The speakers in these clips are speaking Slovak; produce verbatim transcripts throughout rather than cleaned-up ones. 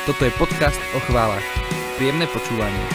Toto je podcast o chválach. Príjemné počúvanie.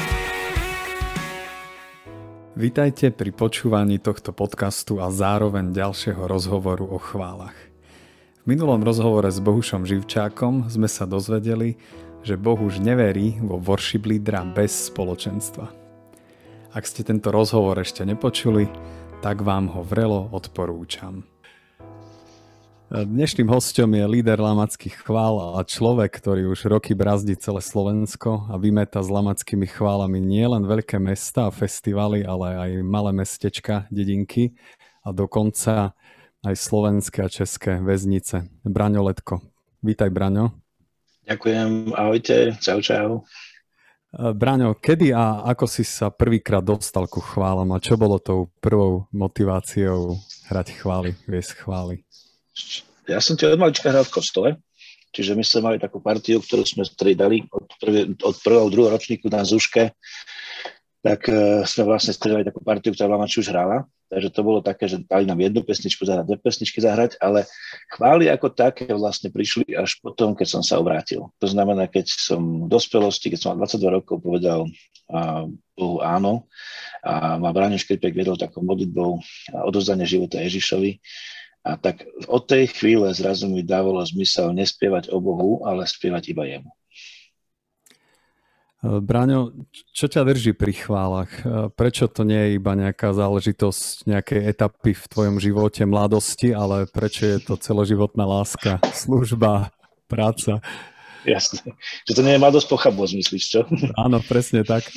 Vítajte pri počúvaní tohto podcastu a zároveň ďalšieho rozhovoru o chválach. V minulom rozhovore s Bohušom Živčákom sme sa dozvedeli, že Boh už neverí vo worship lídra bez spoločenstva. Ak ste tento rozhovor ešte nepočuli, tak vám ho vrelo odporúčam. Dnešným hosťom je líder lamackých chvál a človek, ktorý už roky brazdí celé Slovensko a vymeta s lamackými chválami nielen veľké mestá a festivaly, ale aj malé mestečka, dedinky a dokonca aj slovenské a české väznice. Braňo Letko. Vítaj, Braňo. Ďakujem, ahojte, čau, čau. Braňo, kedy a ako si sa prvýkrát dostal ku chválam a čo bolo tou prvou motiváciou hrať chvály, viesť chvály? Ja som ti od malička hral v kostole, čiže my sme mali takú partiu, ktorú sme striedali od, prvý, od prvého, druhého ročníku na Zúške, tak uh, sme vlastne striedali takú partiu, ktorá v Lamači už hrala, takže to bolo také, že dali nám jednu pesničku zahrať, dve pesničky zahrať, ale chvály ako také vlastne prišli až potom, keď som sa obrátil. To znamená, keď som v dospelosti, keď som mal dvadsaťdva rokov, povedal uh, Bohu áno a ma Braňo Škripek viedol takou modlitbou a odovzdanie života Ježišovi. A tak od tej chvíle zrazu mi dávalo zmysel nespievať o Bohu, ale spievať iba jemu. Braňo, čo ťa drží pri chválach? Prečo to nie je iba nejaká záležitosť nejakej etapy v tvojom živote, mladosti, ale prečo je to celoživotná láska, služba, práca? Jasné. Že to nie je mladosť, pochabosť, myslíš, čo? Áno, presne tak.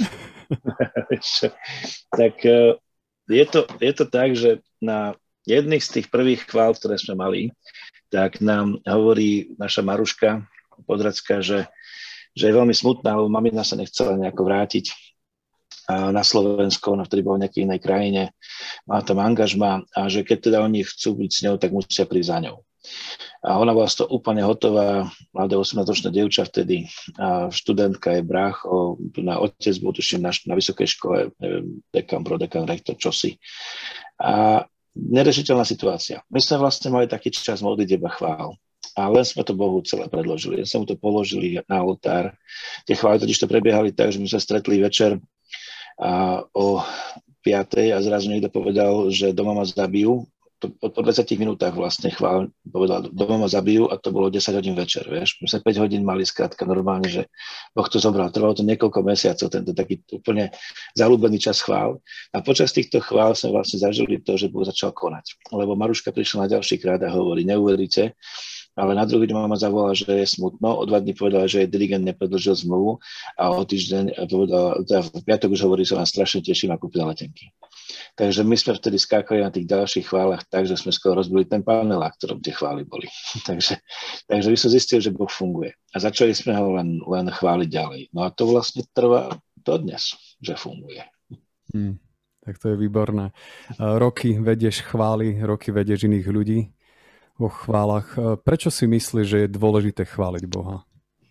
Tak je to, je to tak, že na jedných z tých prvých chvál, ktoré sme mali, tak nám hovorí naša Maruška Podradská, že, že je veľmi smutná, lebo mamina sa nechcela nejako vrátiť na Slovensko, ona vtedy bola v nejakej inej krajine, má tam angažma a že keď teda oni chcú byť s ňou, tak musia prísť za ňou. A ona bola z toho úplne hotová, mladé osemnásťročné dievča vtedy, a študentka je brácho, na otec bol tuším na, na vysokej škole, neviem, dekan, prodekan, rektor, čosi. A nerešiteľná situácia. My sme vlastne mali taký čas modlitieb a chvál. A len sme to Bohu celé predložili. Len sme mu to položili na oltár. Tie chvály totiž to prebiehali tak, že my sa stretli večer a o piatej a zrazu niekto povedal, že doma ma zabijú. Po dvadsiatich minútach vlastne chvál povedal, doma ma zabijú a to bolo desať hodín večer, vieš. My sme päť hodín mali skrátka normálne, že Boh to zobral. Trvalo to niekoľko mesiacov, tento taký úplne zaľúbený čas chvál. A počas týchto chvál sme vlastne zažili to, že Boh začal konať. Lebo Maruška prišla na ďalší krát a hovorí, neuveríte, ale na druhý deň mama zavolala, že je smutno. O dva dní povedala, že jej dirigent nepredĺžil zmluvu a o týždeň povedala, teda v piatok už hovorí, že sa vám strašne teším a kúpila letenky. Takže my sme vtedy skákali na tých ďalších chválach tak, že sme skoro rozbili ten panel, na ktorom tie chvály boli. takže, takže my sme zistili, že Boh funguje. A začali sme ho len, len chváliť ďalej. No a to vlastne trvá dodnes, že funguje. Hmm, tak to je výborné. Roky vedieš chvály, roky vedieš iných ľudí vo chválach. Prečo si myslíš, že je dôležité chváliť Boha?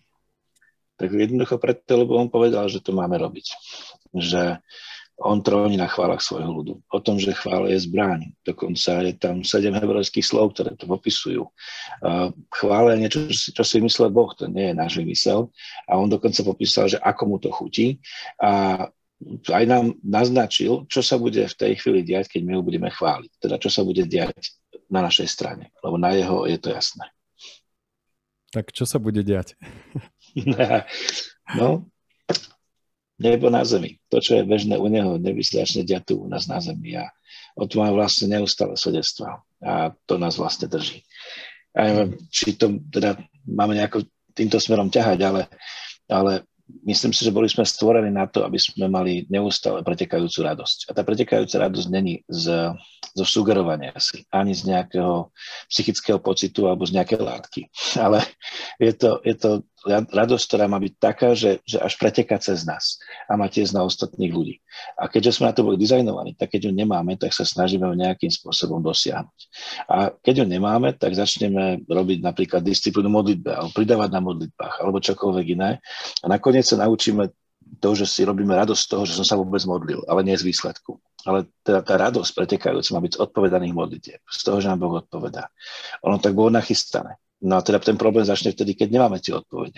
Tak jednoducho preto, lebo on povedal, že to máme robiť. Že on tróni na chválach svojho ľudu. O tom, že chvála je zbraň. Dokonca je tam sedem hebrejských slov, ktoré to popisujú. Chvála je niečo, čo si myslel Boh, to nie je náš vymysel. A on dokonca popísal, že ako mu to chutí. A aj nám naznačil, čo sa bude v tej chvíli diať, keď my ho budeme chváliť. Teda čo sa bude diať na našej strane. Lebo na jeho je to jasné. Tak čo sa bude diať? No, nebo na zemi. To, čo je bežné u neho, neby sa začne diať tu u nás na zemi. A o tom má vlastne neustále svedectvá. A to nás vlastne drží. A neviem, či to teda máme nejako týmto smerom ťahať, ale, ale myslím si, že boli sme stvorení na to, aby sme mali neustále pretekajúcu radosť. A tá pretekajúca radosť není z, zo sugerovania si, ani z nejakého psychického pocitu alebo z nejakej látky. Ale je to, je to radosť, ktorá má byť taká, že, že až preteká cez nás a má tiež na ostatných ľudí. A keďže sme na to boli dizajnovaní, tak keď ju nemáme, tak sa snažíme ho nejakým spôsobom dosiahnuť. A keď ju nemáme, tak začneme robiť napríklad disciplínu modlitbe, alebo pridávať na modlitbách, alebo čokoľvek iné. A nakoniec sa naučíme to, že si robíme radosť z toho, že som sa vôbec modlil, ale nie z výsledku. Ale teda tá radosť pretekajúca má byť z odpovedaných modlitieb, z toho, že nám Boh odpovedá. Ono tak bolo nachystané. No a teda ten problém začne vtedy, keď nemáme tie odpovede.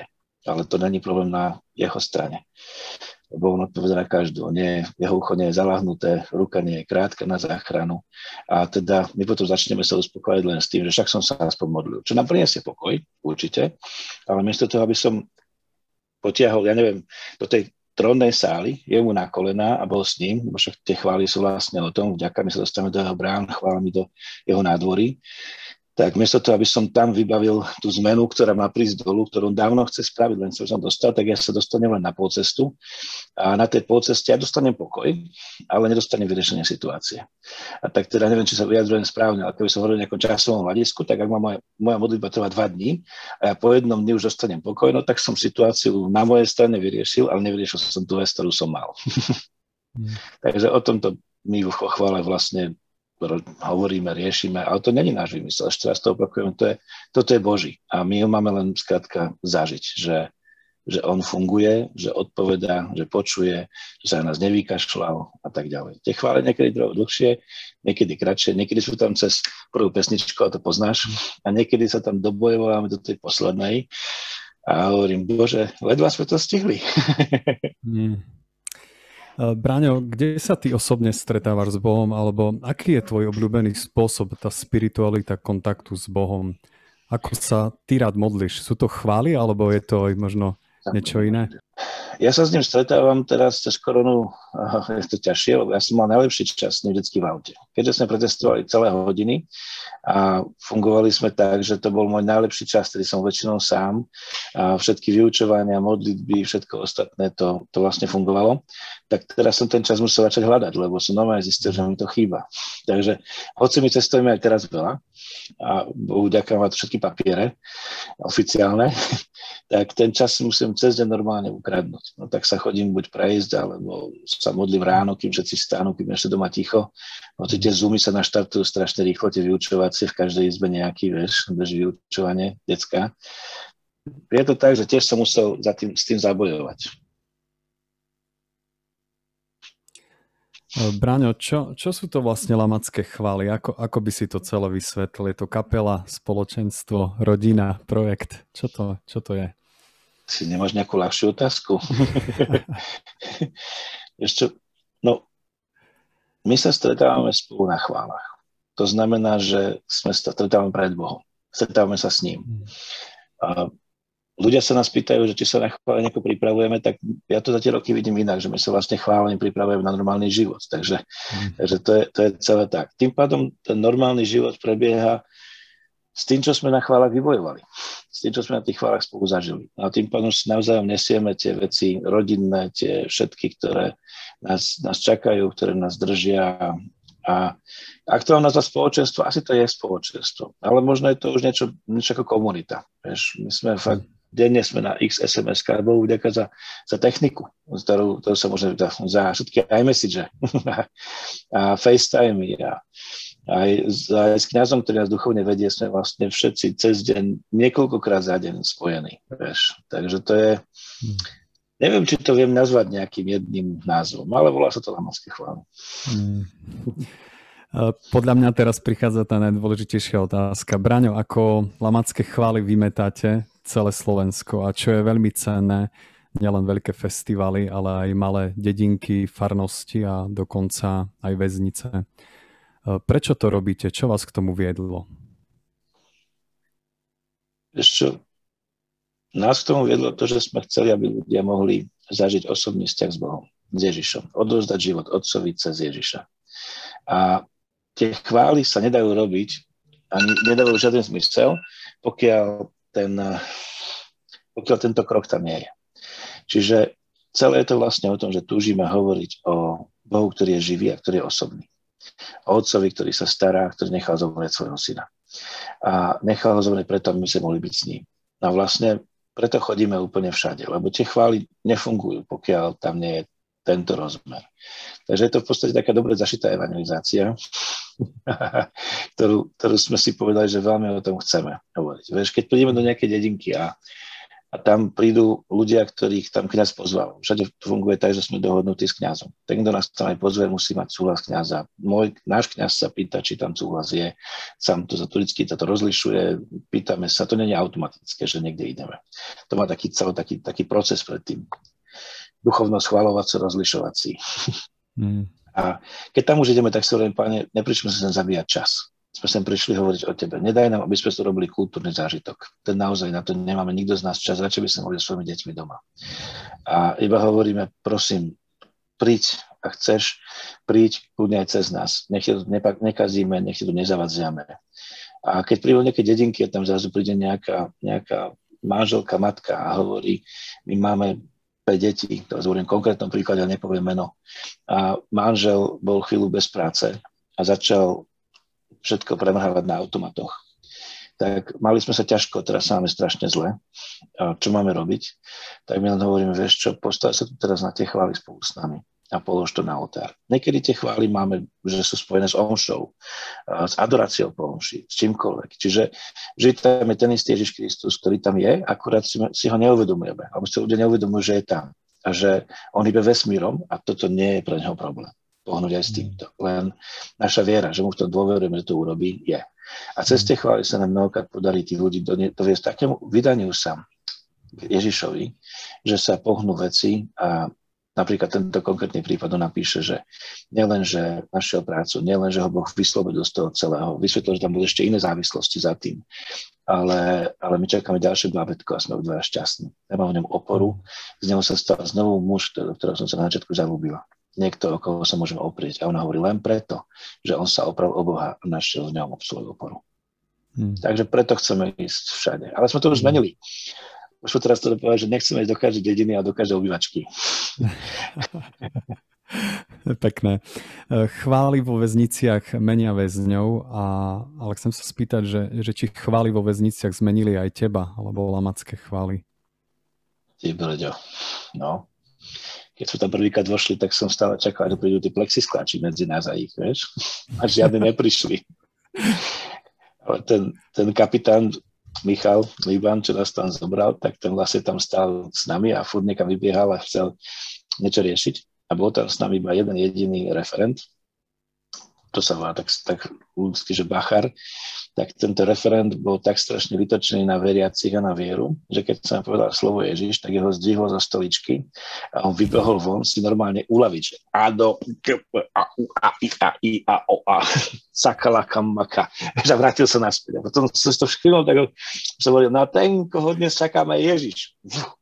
ale to není problém na jeho strane. Lebo on odpovedá na každú. Nie, jeho ucho nie je zaláhnuté, ruka nie je krátka na záchranu. A teda my potom začneme sa uspokojať len s tým, že však som sa aspoň modlil. Čo nám priniesie pokoj, určite, ale miesto toho, aby som potiahol, ja neviem, do tej trónnej sály, jemu na kolená a bol s ním, lebo však tie chvály sú vlastne o tom, vďaka my sa dostávame do jeho brán, chválami do jeho nádvorí, tak miesto toho, aby som tam vybavil tú zmenu, ktorá má prísť dolu, ktorú dávno chce spraviť, len som dostal, tak ja sa dostanem len na polcestu a na tej polceste ja dostanem pokoj, ale nedostanem vyriešenie situácie. A tak teda neviem, či sa vyjadrujem správne, ale keby som hovoril o nejakom časovom hľadisku, tak ak má moja, moja modlitba trvá dva dní a ja po jednom dni už dostanem pokoj, no tak som situáciu na mojej strane vyriešil, ale nevyriešil som tú vec, ktorú som mal. Mm. Takže o tomto my v chvále vlastne hovoríme, riešime, ale to není náš vymysel. Ešte raz to opakujem, to je, toto je Boží. A my ho máme len skrátka zažiť, že, že on funguje, že odpovedá, že počuje, že sa na nás nevykašľal a tak ďalej. Tie chvále niekedy trvajú dlhšie, niekedy kratšie, niekedy sú tam cez prvú pesničku, a to poznáš, a niekedy sa tam dobojováme do tej poslednej a hovorím, Bože, ledva sme to stihli. Mm. Braňo, kde sa ty osobne stretávaš s Bohom, alebo aký je tvoj obľúbený spôsob, tá spiritualita kontaktu s Bohom? Ako sa ty rád modlíš? Sú to chvály, alebo je to možno niečo iné? Ja sa s ním stretávam teraz cez koronu, je to ťažšie, lebo ja som mal najlepší čas vždycky v aute. Keďže sme pretestovali celé hodiny a fungovali sme tak, že to bol môj najlepší čas, ktorý som väčšinou sám a všetky vyučovania, modlitby, všetko ostatné, to, to vlastne fungovalo. Tak teraz som ten čas musel začať hľadať, lebo som normálne zistil, že mi to chýba. Takže hoci my cestujeme aj teraz veľa a Bohu ďakujem, má to všetky papiere oficiálne, tak ten čas si musím cez deň normálne ukradnúť. No tak sa chodím buď prejsť, alebo sa modlím ráno, kým všetci stánu, kým ešte doma ticho. No tie zoomy sa naštartujú strašne rýchlo, tie vyučovacie, v každej izbe nejaký, vieš, beží vyučovanie, decka. Je to tak, že tiež som musel za tým, s tým zabojovať. Braňo, čo, čo sú to vlastne lamacké chvály? Ako, ako by si to celé vysvetlil? Je to kapela, spoločenstvo, rodina, projekt? Čo to, čo to je? Si nemáš nejakú ľahšiu otázku? Ešte, no, my sa stretávame spolu na chválach. To znamená, že sme sa stretávame pred Bohom. Stretávame sa s ním. A ľudia sa nás pýtajú, že či sa na chválenie nejako pripravujeme, tak ja to za tie roky vidím inak, že my sa vlastne chválenie pripravujeme na normálny život. Takže, mm. takže to, je, to je celé tak. Tým pádom ten normálny život prebieha s tým, čo sme na chválach vybojovali. S tým, čo sme na tých chválach spolu zažili. A tým pádom si navzájom nesieme tie veci rodinné, tie všetky, ktoré nás, nás čakajú, ktoré nás držia. A ak to mám nazvať spoločenstvo, asi to je spoločenstvo. Ale možno je to už niečo, niečo ako komunita. Vieš, my sme fakt denne sme na x es em es ká, Bohu vďaka za, za techniku, ktorú, ktorú sa môžeme za všetky iMessage a FaceTime a aj, aj s kňazom, ktorý nás duchovne vedie, sme vlastne všetci cez deň niekoľkokrát za deň spojení. Vieš. Takže to je, neviem, či to viem nazvať nejakým jedným názvom, ale volá sa to lamacké chvály. Hmm. Podľa mňa teraz prichádza tá najdôležitejšia otázka. Braňo, ako lamacké chvály vymetáte celé Slovensko a čo je veľmi cenné, nielen veľké festivaly, ale aj malé dedinky, farnosti a dokonca aj väznice. Prečo to robíte? Čo vás k tomu viedlo? Ešte nás k tomu viedlo to, že sme chceli, aby ľudia mohli zažiť osobný vzťah s Bohom, s Ježišom. Odovzdať život Otcovi cez Ježiša. A tie chvály sa nedajú robiť a nedajú žiaden zmysel, pokiaľ, ten, pokiaľ tento krok tam nie je. Čiže celé je to vlastne o tom, že túžime hovoriť o Bohu, ktorý je živý a ktorý je osobný. O Otcovi, ktorý sa stará, ktorý nechal zomrieť svojho syna. A nechal ho zomrieť preto, aby my sme mohli byť s ním. A vlastne preto chodíme úplne všade, lebo tie chvály nefungujú, pokiaľ tam nie je tento rozmer. Takže je to v podstate taká dobre zašitá evangelizácia, ktorú, ktorú sme si povedali, že veľmi o tom chceme hovoriť. Vieš, keď prídeme do nejakej dedinky a, a tam prídu ľudia, ktorých tam kňaz pozval. Všade to funguje tak, že sme dohodnutí s kňazom. Ten, kto nás tam aj pozve, musí mať súhlas kňaza. Môj, náš kňaz sa pýta, či tam súhlas je. Sám to za vždycky to rozlišuje. Pýtame sa, to nie je automatické, že niekde ideme. To má taký celý taký, taký proces predtým. Duchovno schvaľovací, rozlišovací. Mm. A keď tam už ideme, tak si hovorím, páne, neprišli sme sa sem zabíjať čas. Sme sem prišli hovoriť o tebe. Nedaj nám, aby sme to robili kultúrny zážitok. Ten naozaj na to nemáme nikto z nás čas, radšej by sme boli svojimi deťmi doma. A iba hovoríme, prosím, príď, ak chceš, príď kľudne aj cez nás. Nech to nekazíme, nech to nezavadziame. A keď prídu nejaké dedinky a tam zrazu príde nejaká, nejaká manželka, matka a hovorí, my máme päť detí, teraz hovorím v konkrétnom príklade, ale nepoviem meno. A manžel bol chvíľu bez práce a začal všetko premrhávať na automatoch. Tak mali sme sa ťažko, teraz sa máme strašne zle. A čo máme robiť? Tak my len hovoríme, vieš čo, postav sa tu teraz na tie chvály spolu s nami a polož to na oltár. Niekedy tie chvály máme, že sú spojené s omšou, s adoráciou po omši, s čímkoľvek. Čiže že tam je ten istý Ježiš Kristus, ktorý tam je, akurát si, si ho neuvedomujeme. Alebo si ľudia neuvedomujú, že je tam. A že on iba vesmírom a toto nie je pre neho problém. Pohnúť aj s týmto. Len naša viera, že mu v tom dôverujeme, že to urobí, je. A cez tie chvály sa nám mnohokrát podarí tých ľudí doviesť takému vydaniu sa Ježišovi, že sa pohnú veci a napríklad tento konkrétny prípad on napíše, že nielen, že našiel prácu, nielen, že ho Boh vyslobodil z toho celého, vysvetlil, že tam budú ešte iné závislosti za tým, ale, ale my čakáme ďalšie bábätko a sme obdvaja šťastní. Ja mám v ňom oporu, z neho sa stal znovu muž, do ktorého som sa na začiatku zalúbila. Niekto, o koho sa môžeme oprieť. A ona hovorí len preto, že on sa oprel o Boha a našiel v ňom svoju oporu. Hmm. Takže preto chceme ísť všade. Ale sme to už zmenili. Už teraz to povedať, že nechceme ísť do každej dediny a do každej obývačky. Pekné. Chvály vo väzniciach menia väzňov, a, ale chcem sa spýtať, že, že či chvály vo väzniciach zmenili aj teba, alebo lamacké chvály? Ty brďo. No. Keď sme tam prvýkrát vošli, tak som stále čakal, že prídu tí plexiskláči medzi nás a ich, vieš. A žiadne neprišli. Ale ten, ten kapitán Michal Líban, čo nás tam zobral, tak ten vlastne tam stál s nami a furt niekam vybiehal a chcel niečo riešiť. A bol tam s nami iba jeden jediný referent. To sa volá tak, tak ľudsky, že Bachar. Tak tento referent bol tak strašne vytočený na veriacich a na vieru, že keď som povedal slovo Ježiš, tak jeho zdvihol zo stoličky a on vybehol von si normálne uľaviť, že Ado, K, A, U, A, I, A, I, A, O, A, Sakala, Kamaka. A vrátil sa naspäť. A potom som si to vškynul, tak som hovoril, no ten, koho dnes čakáme, Ježiš.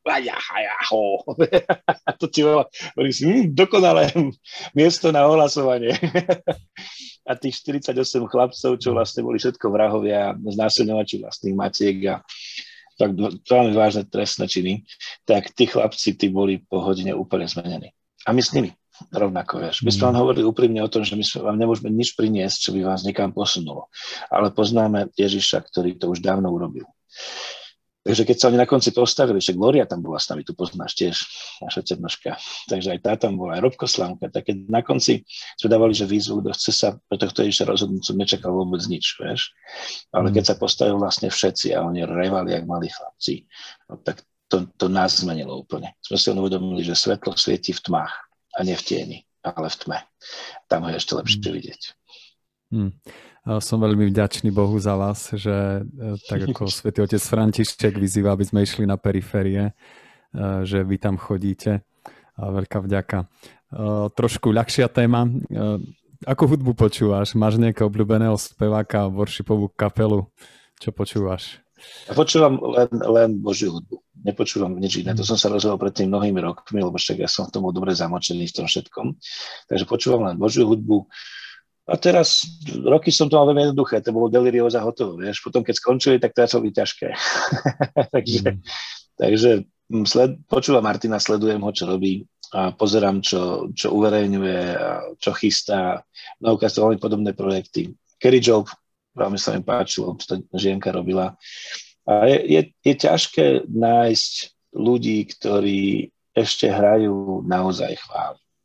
A to ti volá, hovorím si, hm, dokonalé miesto na ohlasovanie. A tých štyridsaťosem chlapcov, čo vlastne boli všetko vrahovia, znásilňovači vlastných matiek a tak veľmi vážne trestné činy, tak tí chlapci, tí boli po hodine úplne zmenení. A my s nimi rovnako, vieš. My sme vám hovorili úprimne o tom, že my sme vám nemôžeme nič priniesť, čo by vás niekam posunulo. Ale poznáme Ježiša, ktorý to už dávno urobil. Takže keď sa oni na konci postavili, však Gloria tam bola s nami, tu poznáš tiež, naša tednoška. Takže aj tá tam bola, aj Robko Slavka. Tak keď na konci sme dávali, že výzvu, kto chce sa pre tohto Ježiša rozhodnúť, som nečakal vôbec nič, vieš. Ale keď sa postavili vlastne všetci a oni revali, jak malí chlapci, no, tak to, to nás zmenilo úplne. Sme si uvedomili, že svetlo svieti v tmách a nie v tieni, ale v tme. Tam ho je ešte lepšie vidieť. Hmm. Som veľmi vďačný Bohu za vás, že tak ako svätý otec František vyzýva, aby sme išli na periférie, že vy tam chodíte. Veľká vďaka. Trošku ľahšia téma. Akú hudbu počúvaš? Máš nejakého obľúbeného speváka, worshipovú kapelu? Čo počúvaš? Ja počúvam len, len Božiu hudbu. Nepočúvam nič iné. To som sa rozhodol pred tým mnohými rokmi, lebo však ja som v tomu dobre zamočený v tom všetkom. Takže počúvam len Božiu hudbu. A teraz, roky som to mal veľmi jednoduché, to bolo delirióza hotovo, vieš, potom keď skončili, tak to začalo byť ťažké. takže mm. takže sled, počúvam Martina, sledujem ho, čo robí a pozerám, čo, čo uverejňuje, čo chystá, mnohokrát to veľmi podobné projekty. Kerry Job, veľmi sa mi páčilo, to žienka robila. A je, je, je ťažké nájsť ľudí, ktorí ešte hrajú naozaj chvály.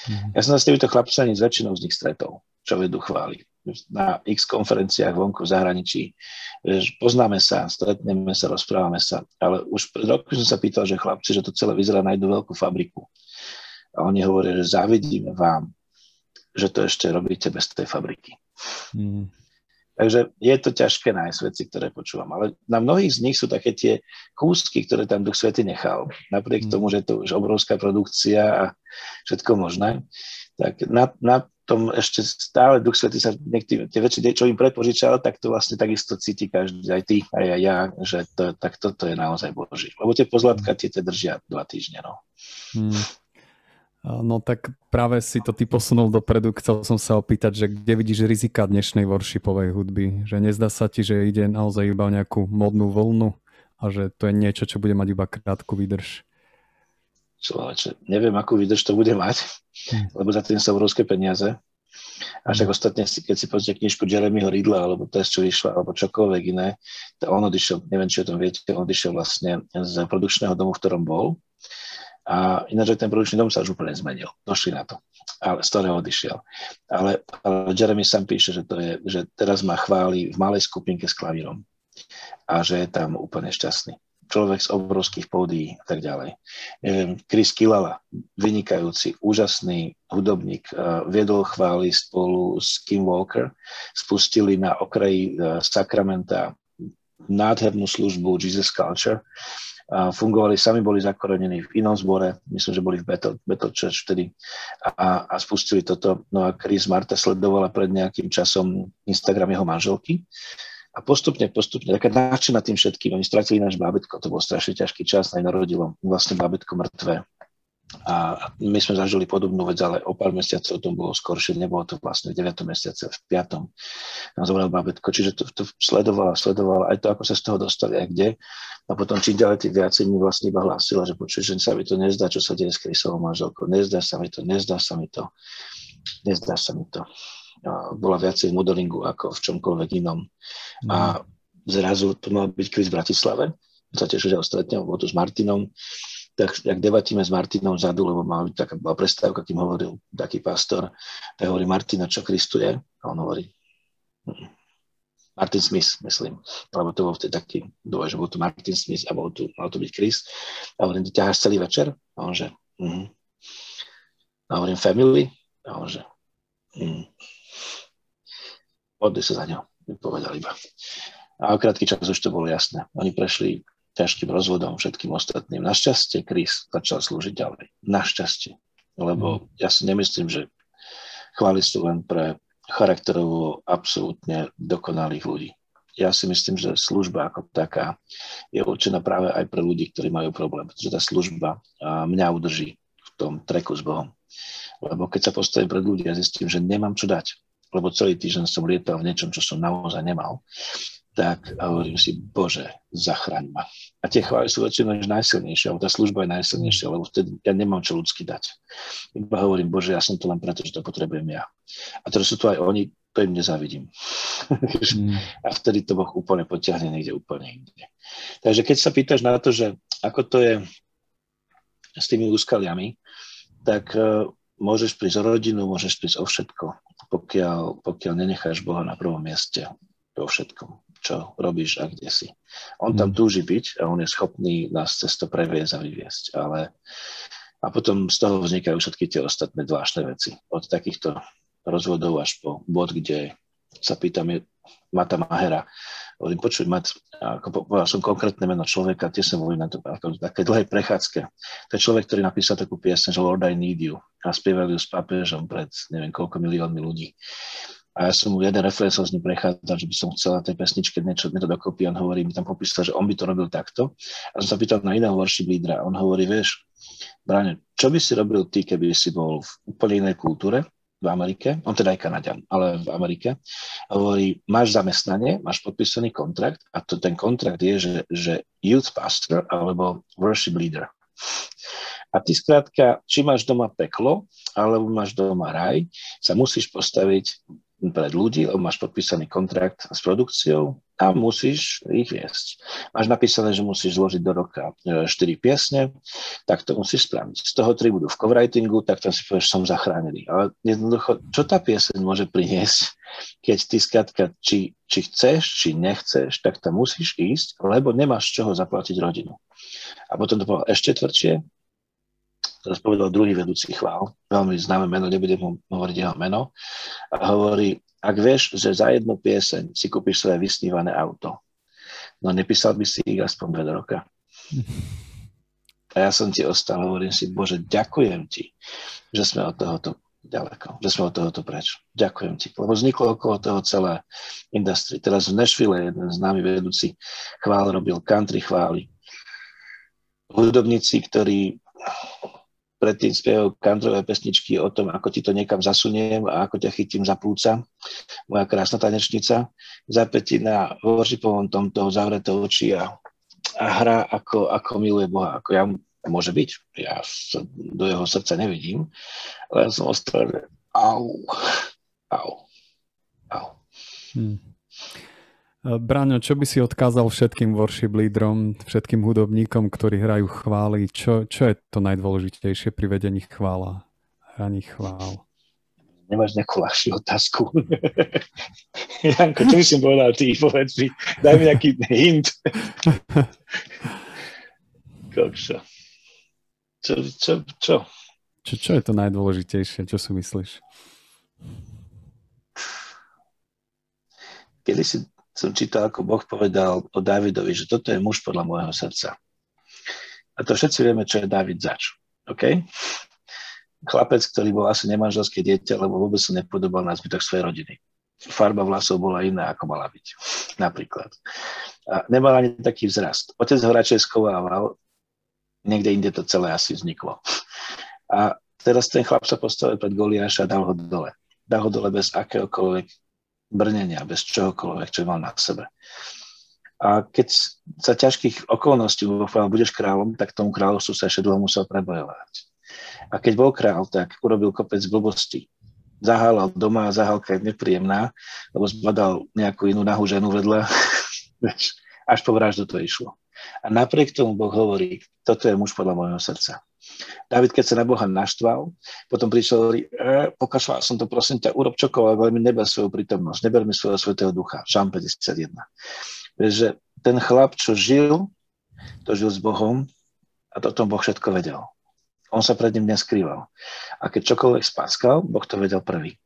Mm. Ja som sa s týmito chlapcami s väčšinou z nich stretol, čo vedú chváli. Na x konferenciách vonku v zahraničí. Poznáme sa, stretneme sa, rozprávame sa, ale už pred rokom som sa pýtal, že chlapci, že to celé vyzerá na jednu veľkú fabriku. A oni hovoria, že závidíme vám, že to ešte robíte bez tej fabriky. Mm. Takže je to ťažké nájsť veci, ktoré počúvam. Ale na mnohých z nich sú také tie kúsky, ktoré tam Duch Svätý nechal. Napriek mm. tomu, že to už obrovská produkcia a všetko možné, tak na, na tom ešte stále Duch Svätý sa niekedy, tie veci, čo im prepožičal, tak to vlastne takisto cíti každý, aj ty, aj ja, ja že to, tak toto je naozaj Boží. Lebo tie pozlátka tie te držia dva týždne. No. Mm. No tak práve si to ty posunul dopredu. Chcel som sa opýtať, že kde vidíš rizika dnešnej worshipovej hudby? Že nezdá sa ti, že ide naozaj iba o nejakú modnú vlnu a že to je niečo, čo bude mať iba krátku výdrž? Človeče, neviem, akú výdrž to bude mať, hmm. lebo za tým sú obrovské peniaze. A však hmm. ostatne, keď si pozrite knižku Jeremyho Riddla, alebo to, čo vyšla, alebo čokoľvek iné, to on odišiel, neviem, či o tom viete, on odišiel vlastne z produkčného domu, v ktorom bol. A ináč ten produkčný dom sa už úplne zmenil. Došli na to, ale z ktorého odišiel. Ale, ale Jeremy sám píše, že, to je, že teraz ma chváli v malej skupinke s klavírom a že je tam úplne šťastný. Človek z obrovských pódií a tak ďalej. Chris Kilala, vynikajúci, úžasný hudobník, viedol chvály spolu s Kim Walker, spustili na okraji Sacramenta nádhernú službu Jesus Culture. A fungovali, sami boli zakorenení v inom zbore, myslím, že boli v Battle, Battle Church vtedy a, a spustili toto. No a Chris Marta sledovala pred nejakým časom Instagram jeho manželky a postupne, postupne, taká nadšená tým všetkým, oni stratili náš bábätko, to bol strašne ťažký čas, aj narodilo vlastne bábätko mŕtve. A my sme zažili podobnú vec, ale o pár mesiacov to bolo skoršie, nebolo to vlastne v deviatom mesiace, v piatom nám zomrel bábätko, čiže to, to sledovala, sledovala aj to, ako sa z toho dostali a kde. A potom čím ďalej tým viacej mi vlastne iba hlásila, že počuj, že sa mi to nezdá, čo sa deje s Chrisovou manželkou, nezdá sa mi to, nezdá sa mi to, nezdá sa mi to. A bola viacej v modelingu ako v čomkoľvek inom. Mm. A zrazu to mal byť Chris v Bratislave, sa tešil, že ho stretnem, bol tu s Martinom. Tak jak debatíme s Martinom vzadu, lebo mala byť taká bola prestávka, kým hovoril taký pastor, tak hovorí Martina, čo Kristu je? A on hovorí hm. Martin Smith, myslím, lebo to bol vtedy taký dôvod, že bol tu Martin Smith a bol tu, mal to byť Chris. A hovorím, ty ťaháš celý večer? A on že mhm. A hovorím, family? A on že mhm. Poďme sa za ňou, mi povedal iba. A o krátky čas už to bolo jasné. Oni prešli ťažkým rozvodom, všetkým ostatným. Našťastie Chris začal slúžiť ďalej. Našťastie. Lebo ja si nemyslím, že chvály sú len pre charakterovo absolútne dokonalých ľudí. Ja si myslím, že služba ako taká je určená práve aj pre ľudí, ktorí majú problém. Pretože tá služba mňa udrží v tom treku s Bohom. Lebo keď sa postavím pred ľudí a zistím, že nemám čo dať, lebo celý týždeň som lietal v niečom, čo som naozaj nemal, tak hovorím si, Bože, zachraň ma. A tie chvály sú väčšinou najsilnejšie, alebo tá služba je najsilnejšia, lebo vtedy ja nemám čo ľudsky dať. Iba hovorím, Bože, ja som to len preto, že to potrebujem ja. A teraz sú to aj oni, to im nezávidím. Mm. A vtedy to Boh úplne potiahne niekde úplne inde. Takže keď sa pýtaš na to, že ako to je s tými úskaliami, tak uh, môžeš prísť o rodinu, môžeš prísť o všetko, pokiaľ, pokiaľ nenecháš Boha na prvom mieste vo všetkom, čo robíš a kde si. On tam túži byť a on je schopný nás cez to previesť a vyviesť. Ale... A potom z toho vznikajú všetky tie ostatné zvláštne veci. Od takýchto rozvodov až po bod, kde sa pýtam je Mata Mahera. Hovorím, počuj, Mat, ako povedal som konkrétne meno človeka, tie som boli na to ako také dlhej prechádzke. To je človek, ktorý napísal takú piesň, že Lord, I need you. A spievali ju s pápežom pred neviem koľko miliónmi ľudí. A ja som mu jeden referencov s ním prechádzal, že by som chcel na tej pesničke niečo, niečo dokopy. On hovorí, mi tam popísal, že on by to robil takto. A som sa pýtal na iného worship lídra. On hovorí, vieš, Bráňo, čo by si robil ty, keby si bol v úplne inej kultúre v Amerike? On teda aj Kanaďan, ale v Amerike. A hovorí, máš zamestnanie, máš podpísaný kontrakt a to, ten kontrakt je, že, že youth pastor alebo worship leader. A ty skrátka, či máš doma peklo, alebo máš doma raj, sa musíš postaviť pred ľudí, lebo máš podpísaný kontrakt s produkciou a musíš ich viesť. Máš napísané, že musíš zložiť do roka štyri piesne, tak to musíš spraviť. Z toho tri budú v copywritingu, tak tam si povieš, som zachránený. Ale jednoducho, čo tá pieseň môže priniesť, keď ty skrátka, či, či chceš, či nechceš, tak tam musíš ísť, lebo nemáš z čoho zaplatiť rodinu. A potom to povedal ešte tvrdšie, teraz povedal druhý vedúci chvál, veľmi známe meno, nebudem mu hovoriť jeho meno, a hovorí, ak vieš, že za jednu pieseň si kúpiš svoje vysnívané auto, no nepísal by si ich aspoň dve do roka. A ja som ti ostal, hovorím si, Bože, ďakujem ti, že sme od tohoto ďaleko, že sme od tohoto preč. Ďakujem ti, lebo vzniklo okolo toho celé industrie. Teraz v Nashville jeden známy vedúci chvál robil country chvály. Hudobníci, ktorí predtým spievajú countryové pesničky o tom, ako ti to niekam zasuniem a ako ťa chytím za plúca. Moja krásna tanečnica. Zapätí na worshipovom tomto zavreté oči a, a hra, ako, ako miluje Boha. Ako ja, môže byť. Ja sa do jeho srdca nevidím. Ale ja som ostal, že au, au, au. Hmm. Braňo, čo by si odkázal všetkým worship lídrom, všetkým hudobníkom, ktorí hrajú chvály? Čo, čo je to najdôležitejšie pri vedení chvála, hraní chvál? Nemáš nejakú ľahšiu otázku? Janko, čo by som povedal ty? Povedz mi, daj mi nejaký hint. Kokšo. Čo, čo, čo? Čo, čo je to najdôležitejšie? Čo si myslíš? Kedy si som čítal, ako Boh povedal o Dávidovi, že toto je muž podľa môjho srdca. A to všetci vieme, čo je Dávid zač. OK? Chlapec, ktorý bol asi nemanželské dieťa, lebo vôbec sa nepodobal na zbytok svojej rodiny. Farba vlasov bola iná, ako mala byť. Napríklad. A nemal ani taký vzrast. Otec ho radšej schovával, niekde inde to celé asi vzniklo. A teraz ten chlap sa postavil pred Goliáša a dal ho dole. Dal ho dole bez akéhokoľvek brnenia, bez čohokoľvek, čo mal na sebe. A keď za ťažkých okolností budeš kráľom, tak tomu kráľovstvu sa ešte dlho musel prebojovať. A keď bol kráľ, tak urobil kopec blbostí. Zahálal doma a zahálka je nepríjemná, lebo zbadal nejakú inú nahú ženu vedľa. Až po vraždu to išlo. A napriek tomu Boh hovorí, toto je muž podľa môjho srdca. Dávid, keď sa na Boha naštval, potom prišiel a hovorí, e, pokašľal som to, prosím ťa, urob čokoľvek, ale mi neber svoju prítomnosť, neber mi svojho svätého ducha. Žalm päťdesiatjeden. Takže ten chlap, čo žil, to žil s Bohom a to tom Boh všetko vedel. On sa pred ním neskrýval. A keď čokoľvek spáskal, Boh to vedel prvý.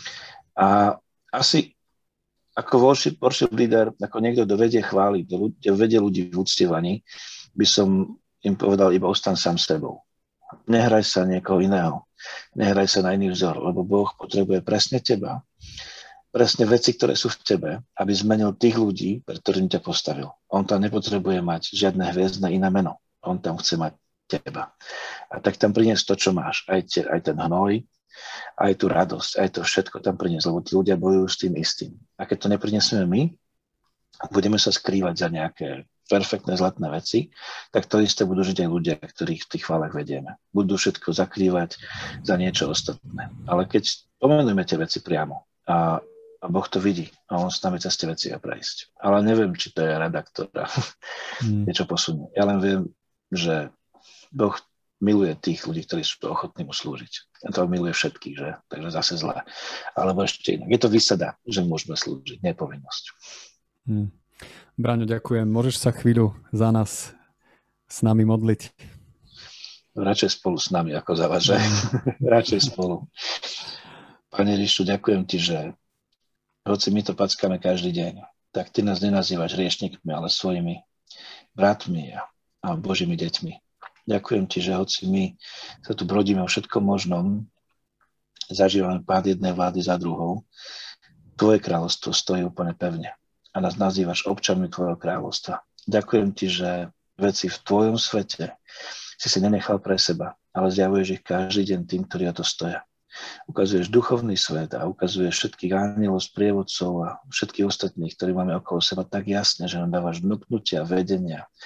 A asi ako worship, worship leader, ako niekto, kto vedie chváliť, kto vedie ľudí v uctievaní, by som im povedal, iba ostan sám s sebou. Nehraj sa niekoho iného. Nehraj sa na iný vzor, lebo Boh potrebuje presne teba. Presne veci, ktoré sú v tebe, aby zmenil tých ľudí, pre ktorým ťa postavil. On tam nepotrebuje mať žiadne hviezdne iné meno. On tam chce mať teba. A tak tam priniesť to, čo máš. Aj, te, aj ten hnoj, aj tú radosť, aj to všetko tam priniesť, lebo tí ľudia bojujú s tým istým. A keď to nepriniesieme my, budeme sa skrývať za nejaké perfektné zlatné veci, tak to isté budú žiť aj ľudia, ktorých v tých chválach vedieme. Budú všetko zakrývať za niečo ostatné. Ale keď pomenujeme tie veci priamo a, a Boh to vidí a on s nami cez tie veci a prejsť. Ale neviem, či to je rada, ktorá hmm. niečo posunie. Ja len viem, že Boh miluje tých ľudí, ktorí sú ochotní mu slúžiť. A to miluje všetkých, že? Takže zase zlé. Alebo ešte inak. Je to výsada, že môžeme slúžiť, nie povinnosť. Hmm. Braňo, ďakujem. Môžeš sa chvíľu za nás s nami modliť? Radšej spolu s nami, ako za vás, že? Radšej spolu. Pane Ježišu, ďakujem ti, že hoci my to packáme každý deň, tak ty nás nenazývaš hriešnikmi, ale svojimi bratmi a, a Božími deťmi. Ďakujem ti, že hoci my sa tu brodíme o všetkom možnom, zažívame pád jednej vlády za druhou, tvoje kráľovstvo stojí úplne pevne a nás nazývaš občanmi tvojho kráľovstva. Ďakujem ti, že veci v tvojom svete si si nenechal pre seba, ale zjavuješ ich každý deň tým, ktorí o to stoja. Ukazuješ duchovný svet a ukazuješ všetkých anielov, sprievodcov a všetkých ostatných, ktorí máme okolo seba tak jasne, že nám dávaš vnúknutia, vedenia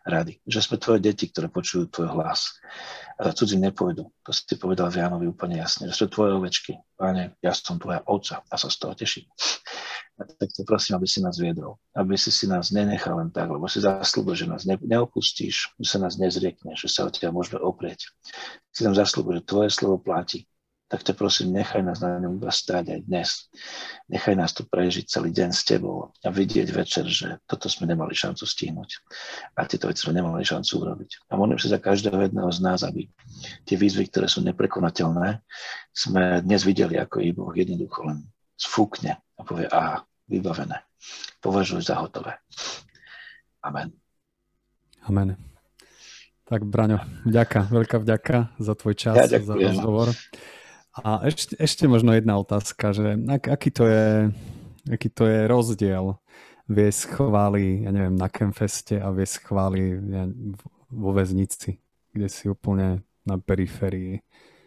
rady. Že sme tvoje deti, ktoré počujú tvoj hlas. A za cudzí nepôjdu. To si povedal v Jánovi úplne jasne. Že sú tvoje ovečky. Páne, ja som tvoja ovca a sa z toho teším. A tak to prosím, aby si nás viedol. Aby si si nás nenechal len tak, lebo si zaslúbil, že nás ne, neopustíš, že sa nás nezriekneš, že sa od teba môžeme oprieť. Si nám zaslúbil, že tvoje slovo platí. Tak ťa prosím, nechaj nás na ňom iba stáť aj dnes. Nechaj nás tu prežiť celý deň s tebou a vidieť večer, že toto sme nemali šancu stihnúť. A tieto veci sme nemali šancu urobiť. A modlím sa za každého jedného z nás, aby tie výzvy, ktoré sú neprekonateľné, sme dnes videli, ako ich Boh jednoducho len sfúkne a povie, aha, vybavené. Považuj za hotové. Amen. Amen. Tak, Braňo, vďaka, veľká vďaka za tvoj čas, ja za rozhovor. A ešte, ešte možno jedna otázka, že ak, aký, to je, aký to je rozdiel viesť chvály, ja neviem, na Campfeste a viesť chvály ja, vo väznici, kde si úplne na periférii.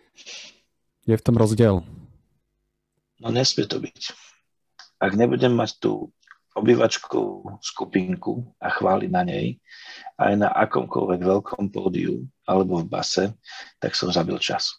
Je v tom rozdiel? No nesmie to byť. Ak nebudem mať tú obývačkovú skupinku a chváli na nej, aj na akomkoľvek veľkom pódiu alebo v base, tak som zabil čas.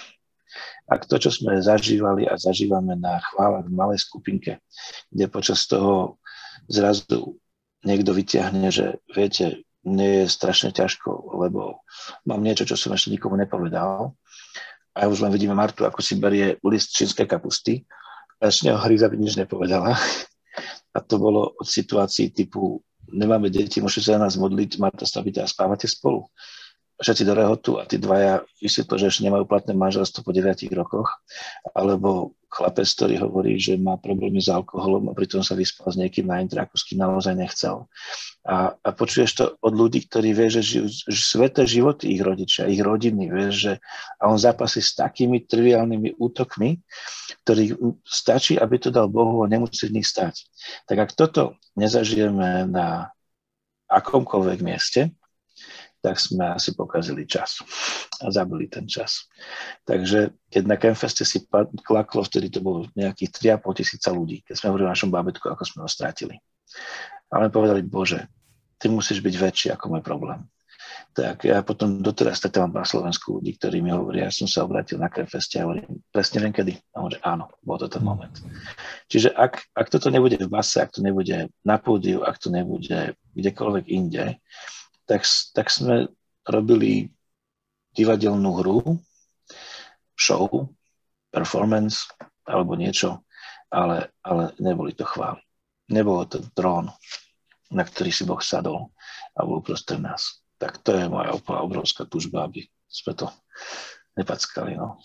Ak to, čo sme zažívali a zažívame na chválach v malej skupinke, kde počas toho zrazu niekto vyťahne, že viete, mne je strašne ťažko, lebo mám niečo, čo som ešte nikomu nepovedal. A už len vidíme Martu, ako si berie list čínskej kapusty a ešte neho hryza, aby nič nepovedala. A to bolo od situácií typu nemáme deti, môžete sa na nás modliť, Marta stavíte a spávate spolu. Všetci do rehotu a tí dvaja vysvetlo, že ešte nemajú platné manželstvo po deviatich rokoch, alebo chlapec, ktorý hovorí, že má problémy s alkoholom a pritom sa vyspal s niekým na intráku, s kým naozaj nechcel. A, a počuješ to od ľudí, ktorí vie, že žijú že sveté životy ich rodičia, ich rodiny, vieš, že a on zápasí s takými triviálnymi útokmi, ktorý stačí, aby to dal Bohu a nemusí v nich stať. Tak ak toto nezažijeme na akomkoľvek mieste, tak sme asi pokazili čas a zabili ten čas. Takže keď na Campfeste si klaklo, vtedy to bolo nejakých tri a pol tisíca ľudí, keď sme hovorili o našom bábätku, ako sme ho strátili. Ale povedali, Bože, ty musíš byť väčší ako môj problém. Tak ja potom doteraz stretávam na Slovensku ľudí, ktorí mi hovoria, ja som sa obrátil na Campfeste a hovorím, presne viem kedy. A hovorím, áno, bol to ten moment. Čiže ak, ak toto nebude v base, ak to nebude na pódiu, ak to nebude kdekoľvek inde, Tak, tak sme robili divadelnú hru, show, performance alebo niečo, ale, ale neboli to chvály. Nebolo to trón, na ktorý si Boh sadol a bol uprostred nás. Tak to je moja obrovská túžba, aby sme to nepackali. No.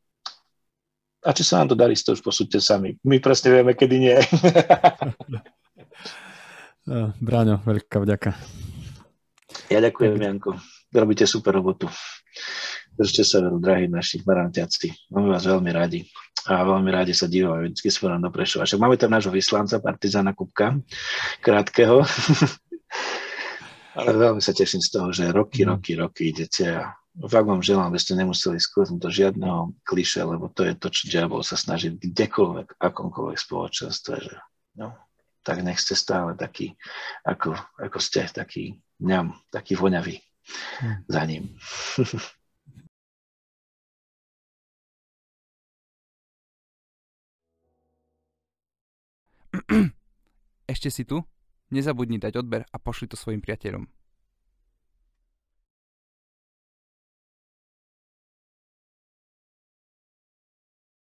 A či sa nám to darí, to už posúďte sami. My presne vieme, kedy nie. Braňo, veľká vďaka. Ja ďakujem, Janko. Robíte super robotu. Držte sa veru, drahí naši marantiaci. Máme vás veľmi radi. A veľmi rádi sa dívame. Vždycky sme nám do Prešova. Však máme tam nášho vyslanca, Partizana Kupka, krátkeho. Ale veľmi sa teším z toho, že roky, roky, roky idete a fakt vám želám, aby ste nemuseli skúsiť do žiadneho kliše, lebo to je to, čo diabol sa snaží kdekoľvek, akomkoľvek spoločenstve. Že, no, tak nech ste stále takí, ako, ako ste, taký ňam, taký voňavý hmm. za ním. Ešte si tu? Nezabudni dať odber a pošli to svojim priateľom.